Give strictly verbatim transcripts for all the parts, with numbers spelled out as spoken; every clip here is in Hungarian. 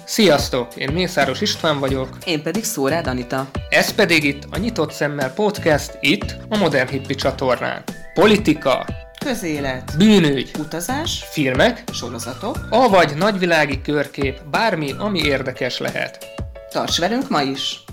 Sziasztok! Én Mészáros István vagyok. Én pedig Szórád Anita. Ez pedig itt a Nyitott Szemmel Podcast, itt a Modern Hippie csatornán. Politika, közélet, bűnügy, utazás, filmek, sorozatok, avagy nagyvilági körkép, bármi, ami érdekes lehet. Tarts velünk ma is!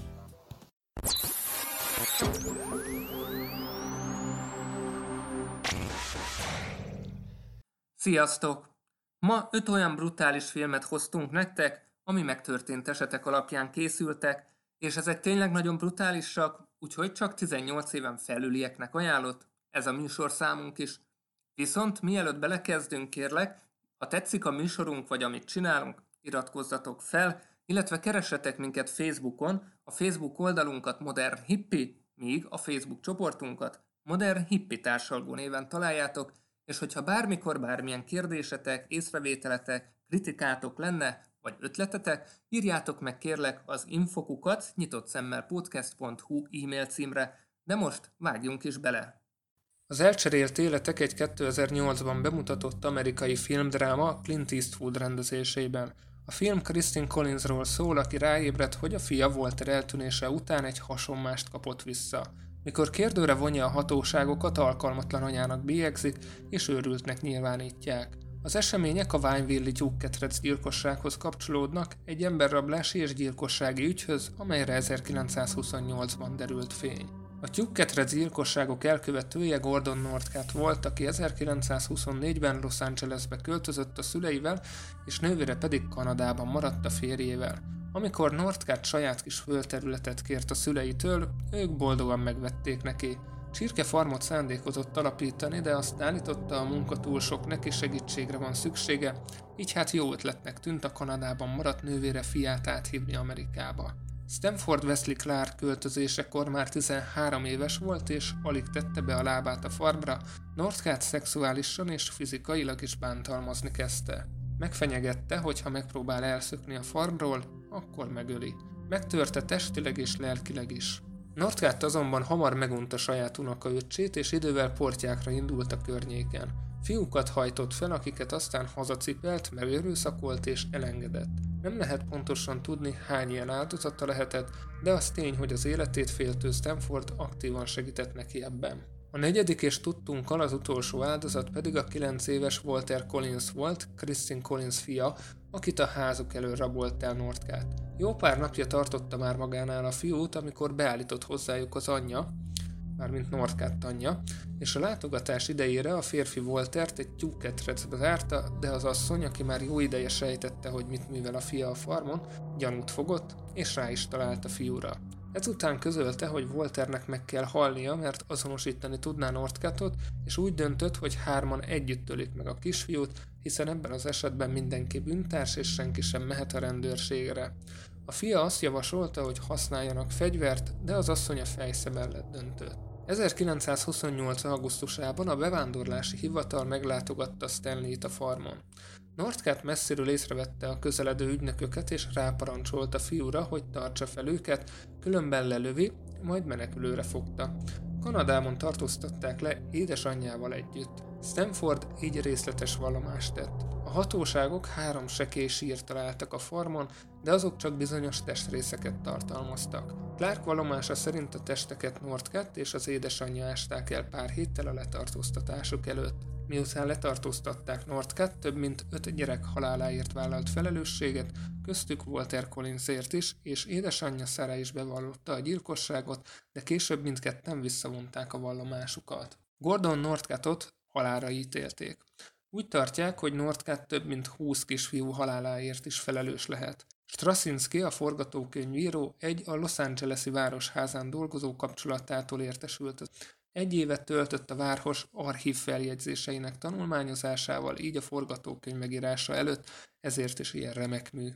Sziasztok! Ma öt olyan brutális filmet hoztunk nektek, ami megtörtént esetek alapján készültek, és ezek tényleg nagyon brutálisak, úgyhogy csak tizennyolc éven felülieknek ajánlott ez a műsorszámunk is. Viszont mielőtt belekezdünk, kérlek, ha tetszik a műsorunk vagy amit csinálunk, iratkozzatok fel, illetve keressetek minket Facebookon, a Facebook oldalunkat Modern Hippie, míg a Facebook csoportunkat Modern Hippie társalgó néven találjátok, és hogyha bármikor bármilyen kérdésetek, észrevételetek, kritikátok lenne, vagy ötletetek, írjátok meg kérlek az infokukat nyitottszemmel podcast pont hu e-mail címre, de most vágjunk is bele. Az elcserélt életek egy kétezer-nyolcban bemutatott amerikai filmdráma Clint Eastwood rendezésében. A film Christine Collinsról szól, aki ráébred, hogy a fia Walter eltűnése után egy hasonmást kapott vissza. Mikor kérdőre vonja a hatóságokat, alkalmatlan anyának bélyegzik, és őrültnek nyilvánítják. Az események a Wineville-i tyúkketrec gyilkossághoz kapcsolódnak, egy emberrablási és gyilkossági ügyhöz, amelyre ezerkilencszázhuszonnyolcban derült fény. A tyúkketrec gyilkosságok elkövetője Gordon Northcutt volt, aki ezerkilencszázhuszonnégyben Los Angelesbe költözött a szüleivel, és nővére pedig Kanadában maradt a férjével. Amikor Northcutt saját kis földterületet kért a szüleitől, ők boldogan megvették neki. Csirkefarmot szándékozott alapítani, de azt állította, a munka túl sok, neki segítségre van szüksége, így hát jó ötletnek tűnt a Kanadában maradt nővére fiát áthívni Amerikába. Stanford Wesley Clark költözésekor már tizenhárom éves volt, és alig tette be a lábát a farmra, Northcutt szexuálisan és fizikailag is bántalmazni kezdte. Megfenyegette, hogy ha megpróbál elszökni a farmról, akkor megöli. Megtörte testileg és lelkileg is. Northcutt azonban hamar megunta saját unokaöccsét, és idővel portyákra indult a környéken. Fiúkat hajtott fel, akiket aztán hazacipelt, megerőszakolt és elengedett. Nem lehet pontosan tudni, hány ilyen áldozata lehetett, de az tény, hogy az életét féltő Stanford aktívan segített neki ebben. A negyedik és tudtunkkal az utolsó áldozat pedig a kilenc éves Walter Collins volt, Christine Collins fia, akit a házuk elől rabolt el Northcutt. Jó pár napja tartotta már magánál a fiút, amikor beállított hozzájuk az anyja, mármint Northcutt anyja, és a látogatás idejére a férfi Waltert egy tyúkketrecbe zárta, de az asszony, aki már jó ideje sejtette, hogy mit művel a fia a farmon, gyanút fogott, és rá is talált a fiúra. Ezután közölte, hogy Walternek meg kell halnia, mert azonosítani tudná Northcuttot, és úgy döntött, hogy hárman együtt ölik meg a kisfiút, hiszen ebben az esetben mindenki bűntárs, és senki sem mehet a rendőrségre. A fia azt javasolta, hogy használjanak fegyvert, de az asszony a fejsze mellett döntött. ezerkilencszázhuszonnyolc. augusztusában a bevándorlási hivatal meglátogatta Stanleyt a farmon. Northcutt messziről észrevette a közeledő ügynököket, és ráparancsolt a fiúra, hogy tartsa fel őket, különben lelövi, majd menekülőre fogta. Kanadában tartóztatták le édesanyjával együtt. Stanford így részletes vallomást tett. A hatóságok három sekély sírt találtak a farmon, de azok csak bizonyos testrészeket tartalmaztak. Clark vallomása szerint a testeket Northcutt és az édesanyja ásták el pár héttel a letartóztatásuk előtt. Miután letartóztatták Northcutt, több mint öt gyerek haláláért vállalt felelősséget, köztük Walter Collinsért is, és édesanyja Sarah is bevallotta a gyilkosságot, de később mindketten visszavonták a vallomásukat. Gordon Northcuttot halálra ítélték. Úgy tartják, hogy Northcutt több mint húsz kisfiú haláláért is felelős lehet. Straczynski, a forgatókönyvíró, egy a Los Angeles-i városházán dolgozó kapcsolatától értesült. Egy évet töltött a város archív feljegyzéseinek tanulmányozásával, így a forgatókönyv megírása előtt, ezért is ilyen remek mű.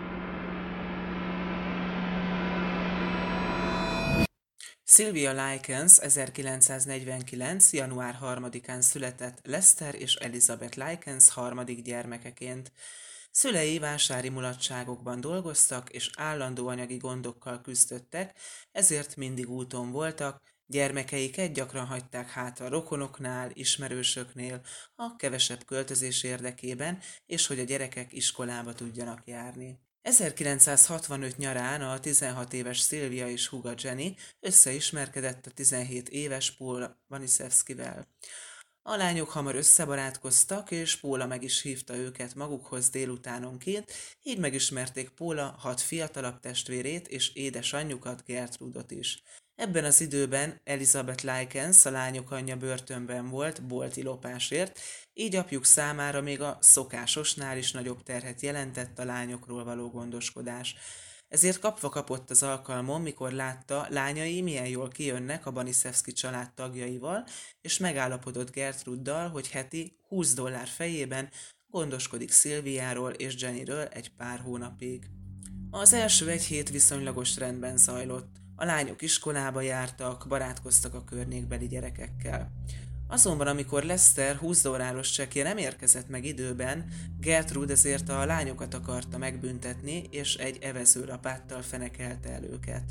Sylvia Likens ezerkilencszáznegyvenkilenc. január harmadikán született Lester és Elizabeth Likens harmadik gyermekeként. Szülei vásári mulatságokban dolgoztak, és állandó anyagi gondokkal küzdöttek, ezért mindig úton voltak, gyermekeiket gyakran hagyták hátra rokonoknál, ismerősöknél, a kevesebb költözés érdekében, és hogy a gyerekek iskolába tudjanak járni. ezerkilencszázhatvanöt nyarán a tizenhat éves Szilvia és húga Jenny összeismerkedett a tizenhét éves Paul Baniszewskivel. A lányok hamar összebarátkoztak, és Póla meg is hívta őket magukhoz délutánonként, így megismerték Póla hat fiatalabb testvérét és édesanyjukat, Gertrudot is. Ebben az időben Elizabeth Likens, a lányok anyja börtönben volt bolti lopásért, így apjuk számára még a szokásosnál is nagyobb terhet jelentett a lányokról való gondoskodás. Ezért kapva kapott az alkalmon, mikor látta, lányai milyen jól kijönnek a Baniszewski család tagjaival, és megállapodott Gertruddal, hogy heti húsz dollár fejében gondoskodik Szilviáról és Jennyről egy pár hónapig. Az első egy hét viszonylagos rendben zajlott. A lányok iskolába jártak, barátkoztak a környékbeli gyerekekkel. Azonban, amikor Lester húsz dolláros csekkje nem érkezett meg időben, Gertrude ezért a lányokat akarta megbüntetni, és egy evezőlapáttal fenekelte el őket.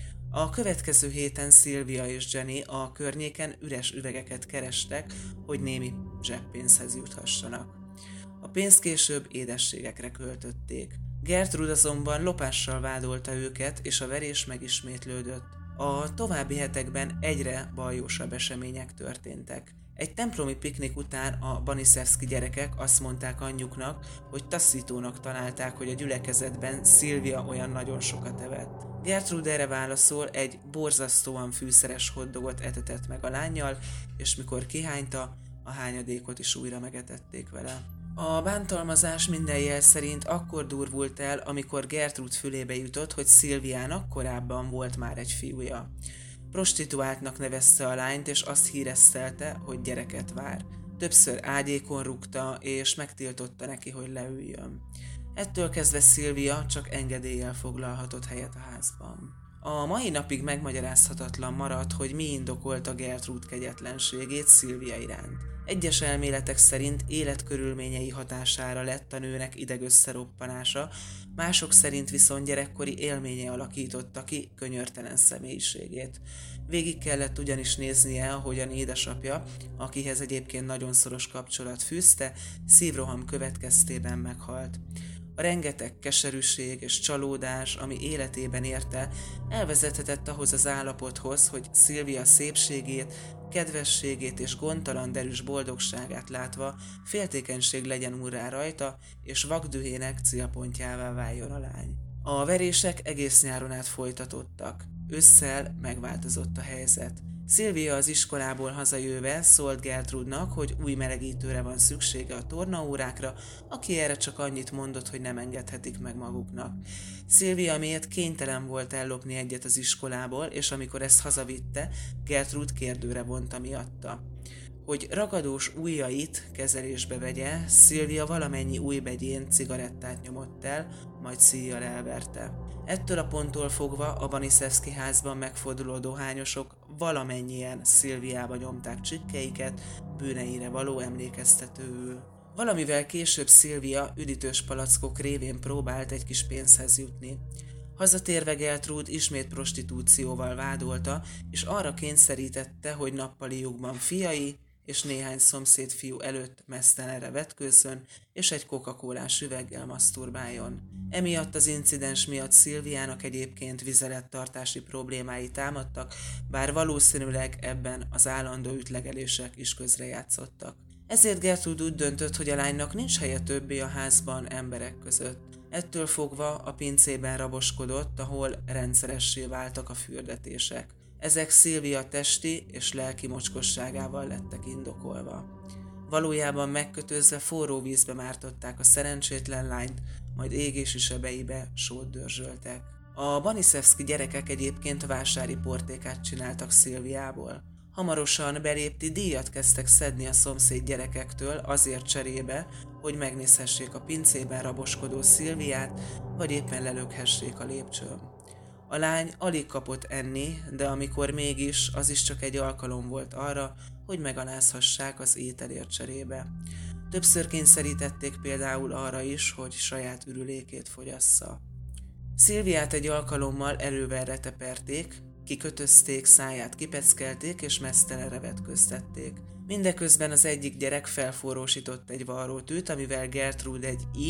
A következő héten Szilvia és Jenny a környéken üres üvegeket kerestek, hogy némi zseppénzhez juthassanak. A pénzt később édességekre költötték. Gertrude azonban lopással vádolta őket, és a verés megismétlődött. A további hetekben egyre bajósabb események történtek. Egy templomi piknik után a Baniszewski gyerekek azt mondták anyjuknak, hogy taszítónak találták, hogy a gyülekezetben Szilvia olyan nagyon sokat evett. Gertrude erre válaszol, egy borzasztóan fűszeres hotdogot etetett meg a lánnyal, és mikor kihányta, a hányadékot is újra megetették vele. A bántalmazás minden jel szerint akkor durvult el, amikor Gertrude fülébe jutott, hogy Szilviának korábban volt már egy fiúja. Prostituáltnak nevezte a lányt, és azt híresztelte, hogy gyereket vár. Többször ágyékon rúgta, és megtiltotta neki, hogy leüljön. Ettől kezdve Szilvia csak engedéllyel foglalhatott helyet a házban. A mai napig megmagyarázhatatlan maradt, hogy mi indokolta Gertrude kegyetlenségét Szilvia iránt. Egyes elméletek szerint életkörülményei hatására lett a nőnek idegösszeroppanása, mások szerint viszont gyerekkori élménye alakította ki könyörtelen személyiségét. Végig kellett ugyanis néznie, ahogyan édesapja, akihez egyébként nagyon szoros kapcsolat fűzte, szívroham következtében meghalt. A rengeteg keserűség és csalódás, ami életében érte, elvezethetett ahhoz az állapothoz, hogy Szilvia szépségét, kedvességét és gondtalan derűs boldogságát látva féltékenység legyen úrrá rajta, és vakdühének célpontjává váljon a lány. A verések egész nyáron át folytatottak. Ősszel megváltozott a helyzet. Szilvia az iskolából hazajöve szólt Gertrude-nak, hogy új melegítőre van szüksége a tornaórákra, aki erre csak annyit mondott, hogy nem engedhetik meg maguknak. Szilvia miért kénytelen volt ellopni egyet az iskolából, és amikor ezt hazavitte, Gertrude kérdőre vonta miatta. Hogy ragadós ujjait kezelésbe vegye, Szilvia valamennyi újbegyén cigarettát nyomott el, majd szíjjal elverte. Ettől a ponttól fogva a Baniszewski házban megforduló dohányosok valamennyien Szilviába nyomták csikkeiket, bűneire való emlékeztetőül. Valamivel később Szilvia üdítős palackok révén próbált egy kis pénzhez jutni. Hazatérve Gertrude ismét prostitúcióval vádolta, és arra kényszerítette, hogy nappaliukban fiai és néhány szomszéd fiú előtt mesztelenre vetkőzzön, és egy Coca-Colás üveggel maszturbáljon. Emiatt az incidens miatt Szilviának egyébként vizelettartási problémái támadtak, bár valószínűleg ebben az állandó ütlegelések is közrejátszottak. Ezért Gertrude úgy döntött, hogy a lánynak nincs helye többé a házban emberek között. Ettől fogva a pincében raboskodott, ahol rendszeressé váltak a fürdetések. Ezek Szilvia testi és lelki mocskosságával lettek indokolva. Valójában megkötözve forró vízbe mártották a szerencsétlen lányt, majd égési sebeibe sót dörzsöltek. A Baniszewski gyerekek egyébként vásári portékát csináltak Szilviából. Hamarosan belépti díjat kezdtek szedni a szomszéd gyerekektől azért cserébe, hogy megnézhessék a pincében raboskodó Szilviát, vagy éppen lelökhessék a lépcsőn. A lány alig kapott enni, de amikor mégis, az is csak egy alkalom volt arra, hogy megalázhassák az ételért cserébe. Többször kényszerítették például arra is, hogy saját ürülékét fogyassza. Szilviát egy alkalommal erővel reteperték, kikötözték, száját kipeckelték és mesztelenre vetköztették. Mindeközben az egyik gyerek felforrósított egy varrótűt, amivel Gertrude egy I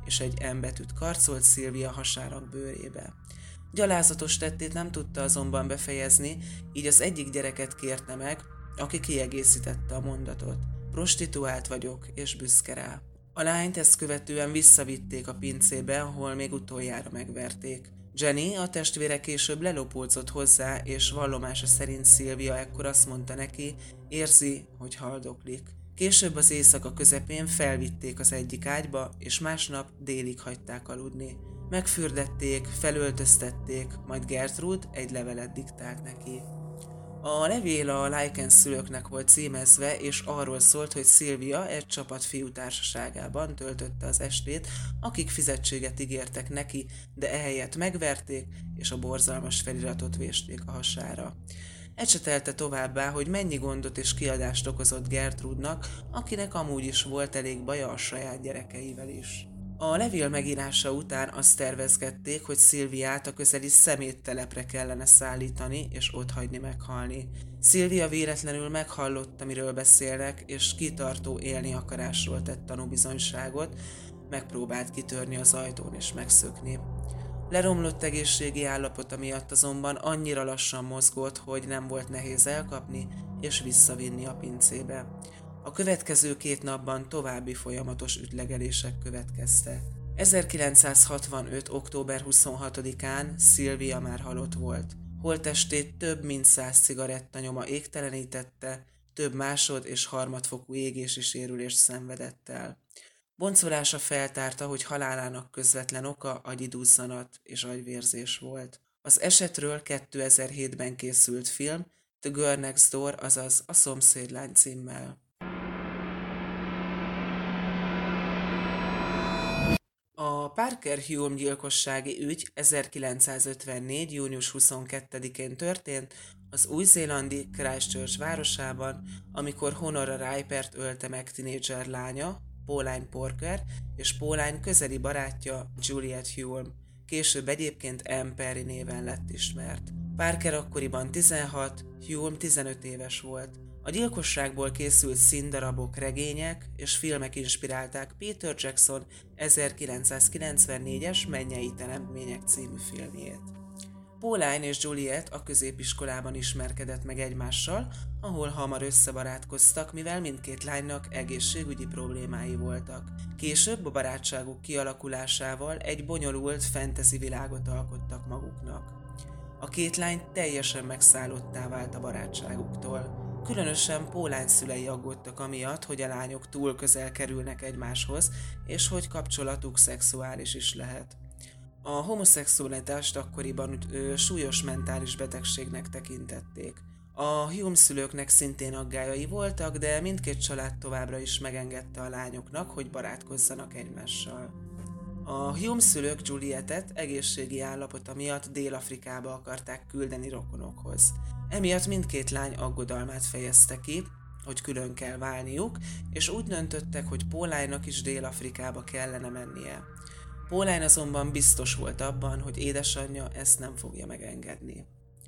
és egy M betűt karcolt Sylvia hasának bőrébe. Gyalázatos tettét nem tudta azonban befejezni, így az egyik gyereket kérte meg, aki kiegészítette a mondatot. Prostituált vagyok, és büszke rá. A lányt ezt követően visszavitték a pincébe, ahol még utoljára megverték. Jenny, a testvére később lelopódzott hozzá, és vallomása szerint Sylvia ekkor azt mondta neki, érzi, hogy haldoklik. Később az éjszaka közepén felvitték az egyik ágyba, és másnap délig hagyták aludni. Megfürdették, felöltöztették, majd Gertrude egy levelet diktált neki. A levél a Lycan szülőknek volt címezve, és arról szólt, hogy Sylvia egy csapat fiú társaságában töltötte az estét, akik fizetséget ígértek neki, de ehelyett megverték, és a borzalmas feliratot vésték a hasára. Ecsetelte továbbá, hogy mennyi gondot és kiadást okozott Gertrude-nak, akinek amúgy is volt elég baja a saját gyerekeivel is. A levél megírása után azt tervezgették, hogy Sylviát a közeli szeméttelepre kellene szállítani és otthagyni meghalni. Sylvia véletlenül meghallotta, miről beszélnek, és kitartó élni akarásról tett tanúbizonyságot, megpróbált kitörni az ajtón és megszökni. Leromlott egészségi állapota miatt azonban annyira lassan mozgott, hogy nem volt nehéz elkapni és visszavinni a pincébe. A következő két napban további folyamatos ütlegelések következtek. ezerkilencszázhatvanöt. október huszonhatodikán Sylvia már halott volt. Holttestét több mint száz cigarettanyoma égtelenítette, több másod- és harmadfokú égési sérülést szenvedett el. Boncolása feltárta, hogy halálának közvetlen oka agyiduzzanat és agyvérzés volt. Az esetről kétezer-hétben készült film, The Girl Next Door, azaz A szomszédlány címmel. A Parker Hume gyilkossági ügy ezerkilencszázötvennégy. június huszonkettedikén történt az új-zélandi Christchurch városában, amikor Honora Ripert ölte meg tinédzser lánya, Pauline Parker, és Pauline közeli barátja Juliet Hume. Később egyébként Anne Perry néven lett ismert. Parker akkoriban tizenhat, Hume tizenöt éves volt. A gyilkosságból készült színdarabok, regények és filmek inspirálták Peter Jackson ezerkilencszázkilencvennégyes Mennyei teremtmények című filmjét. Pauline és Juliet a középiskolában ismerkedett meg egymással, ahol hamar összebarátkoztak, mivel mindkét lánynak egészségügyi problémái voltak. Később a barátságuk kialakulásával egy bonyolult fantasy világot alkottak maguknak. A két lány teljesen megszállottá vált a barátságuktól. Különösen Pauline szülei aggódtak amiatt, hogy a lányok túl közel kerülnek egymáshoz, és hogy kapcsolatuk szexuális is lehet. A homoszexualitást akkoriban ö, súlyos mentális betegségnek tekintették. A Hume szülőknek szintén aggályai voltak, de mindkét család továbbra is megengedte a lányoknak, hogy barátkozzanak egymással. A Hume szülők Julietet egészségi állapota miatt Dél-Afrikába akarták küldeni rokonokhoz. Emiatt mindkét lány aggodalmát fejezte ki, hogy külön kell válniuk, és úgy döntöttek, hogy Pauline-nak is Dél-Afrikába kellene mennie. Pauline azonban biztos volt abban, hogy édesanyja ezt nem fogja megengedni.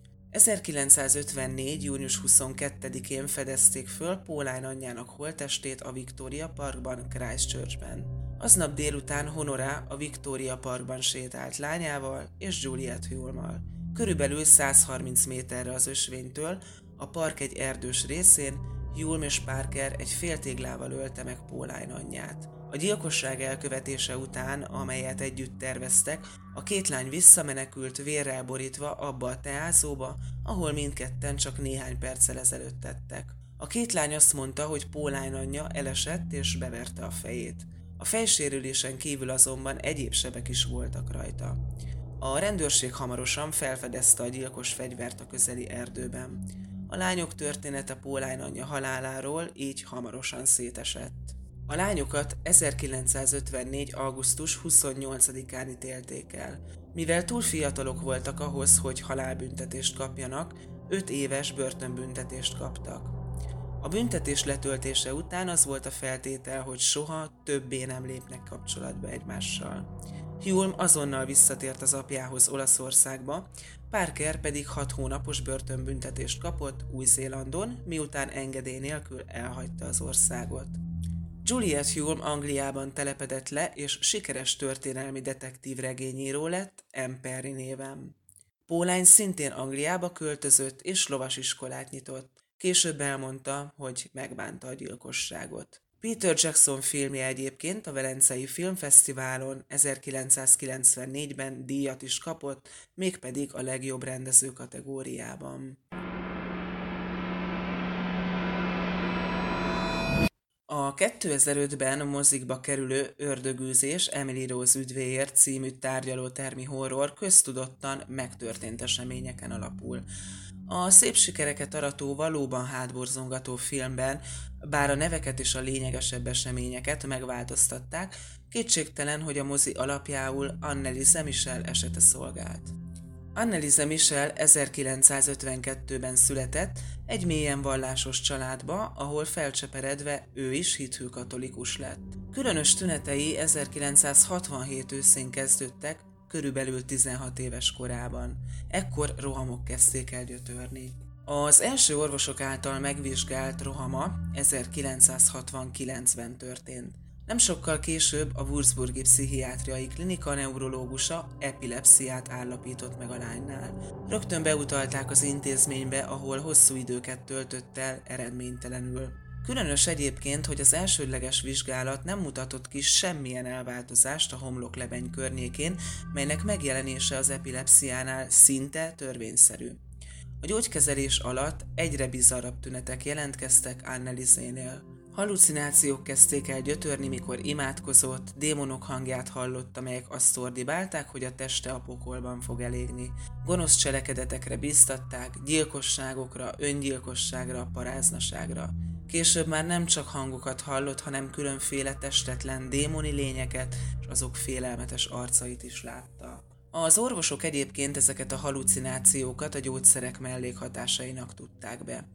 ezerkilencszázötvennégy. június huszonkettedikén fedezték föl Pauline anyjának holttestét a Victoria Parkban, Christchurchben. Aznap délután Honora a Victoria Parkban sétált lányával és Juliet Hume-mal. Körülbelül százharminc méterre az ösvénytől, a park egy erdős részén Hume és Parker egy féltéglával ölte meg Pauline anyját. A gyilkosság elkövetése után, amelyet együtt terveztek, a két lány visszamenekült vérrel borítva abba a teázóba, ahol mindketten csak néhány perccel ezelőtt tettek. A két lány azt mondta, hogy Pauline anyja elesett és beverte a fejét. A fejsérülésen kívül azonban egyéb sebek is voltak rajta. A rendőrség hamarosan felfedezte a gyilkos fegyvert a közeli erdőben. A lányok története Pauline anyja haláláról így hamarosan szétesett. A lányokat ezerkilencszázötvennégy. augusztus huszonnyolcadikán ítélték el. Mivel túl fiatalok voltak ahhoz, hogy halálbüntetést kapjanak, öt éves börtönbüntetést kaptak. A büntetés letöltése után az volt a feltétel, hogy soha többé nem lépnek kapcsolatba egymással. Hume azonnal visszatért az apjához Olaszországba, Parker pedig hat hónapos börtönbüntetést kapott Új-Zélandon, miután engedély nélkül elhagyta az országot. Juliet Hulme Angliában telepedett le, és sikeres történelmi detektív regényíró lett Anne Perry néven. Pauline szintén Angliába költözött és lovasiskolát nyitott. Később elmondta, hogy megbánta a gyilkosságot. Peter Jackson filmje egyébként a Velencei Filmfesztiválon ezerkilencszázkilencvennégyben díjat is kapott, mégpedig a legjobb rendező kategóriában. A kétezer-ötben mozikba kerülő Ördögűzés Emily Rose ügyvéért című tárgyalótermi horror köztudottan megtörtént eseményeken alapul. A szép sikereket arató, valóban hátborzongató filmben, bár a neveket és a lényegesebb eseményeket megváltoztatták, kétségtelen, hogy a mozi alapjául Anneliese Michel esete szolgált. Anneliese Michel ezerkilencszázötvenkettőben született egy mélyen vallásos családba, ahol felcseperedve ő is hithű katolikus lett. Különös tünetei ezerkilencszázhatvanhét őszén kezdődtek, körülbelül tizenhat éves korában. Ekkor rohamok kezdték el gyötörni. Az első orvosok által megvizsgált rohama ezerkilencszázhatvankilencben történt. Nem sokkal később a Würzburgi Pszichiátriai Klinika neurológusa epilepsziát állapított meg a lánynál. Rögtön beutalták az intézménybe, ahol hosszú időket töltött el eredménytelenül. Különös egyébként, hogy az elsődleges vizsgálat nem mutatott ki semmilyen elváltozást a homloklebeny környékén, melynek megjelenése az epilepsziánál szinte törvényszerű. A gyógykezelés alatt egyre bizarrabb tünetek jelentkeztek Anneliesénél. Hallucinációk kezdték el gyötörni, mikor imádkozott, démonok hangját hallott, amelyek azt ordibálták, hogy a teste a pokolban fog elégni. Gonosz cselekedetekre bíztatták, gyilkosságokra, öngyilkosságra, paráznaságra. Később már nem csak hangokat hallott, hanem különféle testetlen démoni lényeket, és azok félelmetes arcait is látta. Az orvosok egyébként ezeket a hallucinációkat a gyógyszerek mellékhatásainak tudták be.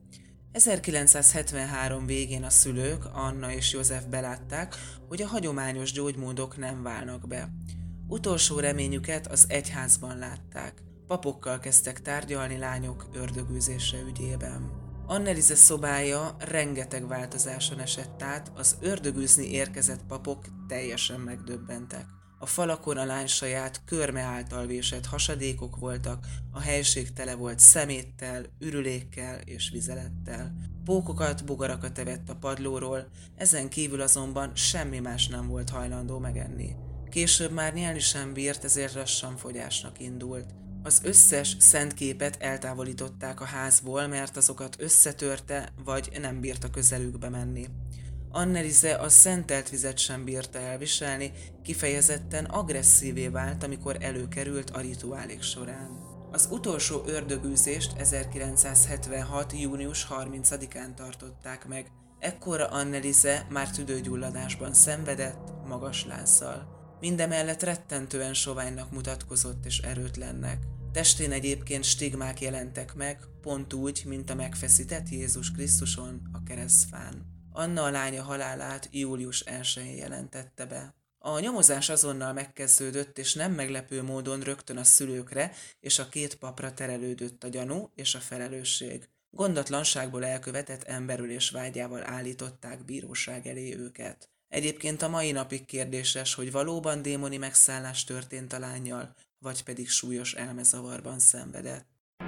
ezerkilencszázhetvenhárom végén a szülők, Anna és József belátták, hogy a hagyományos gyógymódok nem válnak be. Utolsó reményüket az egyházban látták. Papokkal kezdtek tárgyalni lányok ördögűzése ügyében. Anneliese szobája rengeteg változáson esett át, az ördögűzni érkezett papok teljesen megdöbbentek. A falakon a lány saját körme által vésett hasadékok voltak, a helység tele volt szeméttel, ürülékkel és vizelettel. Pókokat, bogarakat evett a padlóról, ezen kívül azonban semmi más nem volt hajlandó megenni. Később már nyelni sem bírt, ezért lassan fogyásnak indult. Az összes szent képet eltávolították a házból, mert azokat összetörte, vagy nem bírta közelükbe menni. Anneliese a szentelt vizet sem bírta elviselni, kifejezetten agresszívé vált, amikor előkerült a rituálék során. Az utolsó ördögűzést ezerkilencszázhetvenhat. június harmincadikán tartották meg. Ekkora Anneliese már tüdőgyulladásban szenvedett, magas lázzal. Mindemellett rettentően soványnak mutatkozott és erőtlennek. Testén egyébként stigmák jelentek meg, pont úgy, mint a megfeszített Jézus Krisztuson a keresztfán. Anna a lánya halálát július elsején jelentette be. A nyomozás azonnal megkezdődött, és nem meglepő módon rögtön a szülőkre és a két papra terelődött a gyanú és a felelősség. Gondatlanságból elkövetett emberölés vágyával állították bíróság elé őket. Egyébként a mai napig kérdéses, hogy valóban démoni megszállás történt a lánnyal, vagy pedig súlyos elmezavarban szenvedett.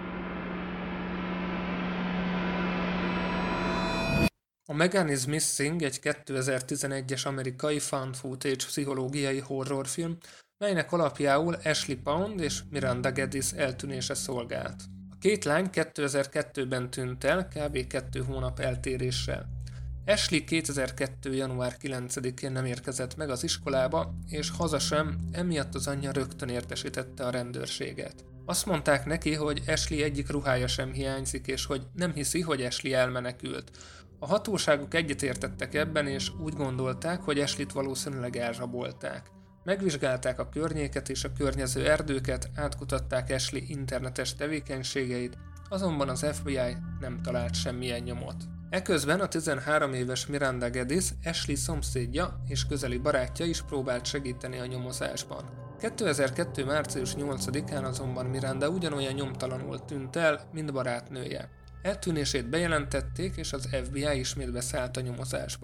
A Megan is Missing egy kétezer-tizenegyes amerikai found footage pszichológiai horrorfilm, melynek alapjául Ashley Pound és Miranda Geddes eltűnése szolgált. A két lány kétezer-kettőben tűnt el, kb. kettő hónap eltéréssel. Ashley kétezer-kettő. január kilencedikén nem érkezett meg az iskolába, és haza sem, emiatt az anyja rögtön értesítette a rendőrséget. Azt mondták neki, hogy Ashley egyik ruhája sem hiányzik, és hogy nem hiszi, hogy Ashley elmenekült. A hatóságok egyetértettek ebben, és úgy gondolták, hogy Ashleyt valószínűleg elrabolták. Megvizsgálták a környéket és a környező erdőket, átkutatták Ashley internetes tevékenységeit, azonban az ef bé i nem talált semmilyen nyomot. Eközben a tizenhárom éves Miranda Geddes, Ashley szomszédja és közeli barátja is próbált segíteni a nyomozásban. kétezer-kettő. március nyolcadikán azonban Miranda ugyanolyan nyomtalanul tűnt el, mint barátnője. Eltűnését bejelentették, és az ef bé i ismét beszállt a nyomozásba.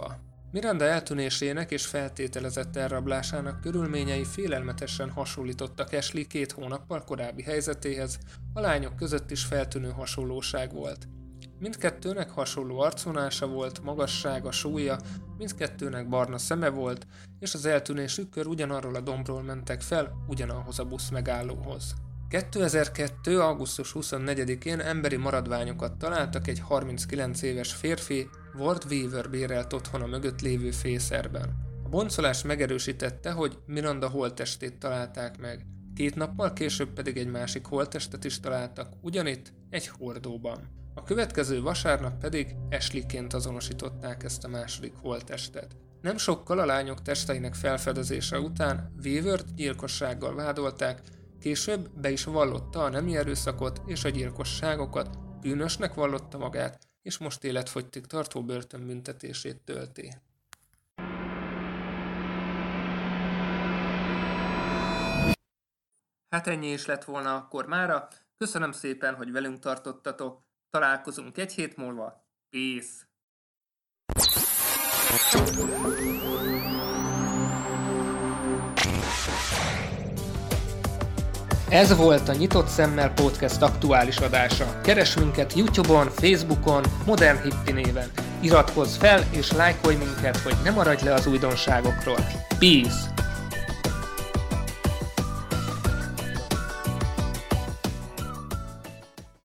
Miranda eltűnésének és feltételezett elrablásának körülményei félelmetesen hasonlítottak Ashley két hónappal korábbi helyzetéhez, a lányok között is feltűnő hasonlóság volt. Mindkettőnek hasonló arcvonása volt, magassága, súlya, mindkettőnek barna szeme volt, és az eltűnésükkor ugyanarról a dombról mentek fel, ugyanahhoz a busz megállóhoz. kétezer-kettő. augusztus huszonnegyedikén emberi maradványokat találtak egy harminckilenc éves férfi, Ward Weaver bérelt otthona mögött lévő fészerben. A boncolás megerősítette, hogy Miranda holttestét találták meg. Két nappal később pedig egy másik holttestet is találtak, ugyanitt egy hordóban. A következő vasárnap pedig Ashleyként azonosították ezt a második holttestet. Nem sokkal a lányok testeinek felfedezése után Weavert gyilkossággal vádolták, később be is vallotta a nemi erőszakot és a gyilkosságokat, bűnösnek vallotta magát, és most életfogytig tartó börtönbüntetését tölti. Hát ennyi is lett volna akkor mára. Köszönöm szépen, hogy velünk tartottatok. Találkozunk egy hét múlva. Peace! Ez volt a Nyitott Szemmel Podcast aktuális adása. Keresd minket YouTube-on, Facebookon, Modern Hippi néven. Iratkozz fel és lájkolj minket, hogy ne maradj le az újdonságokról. Peace!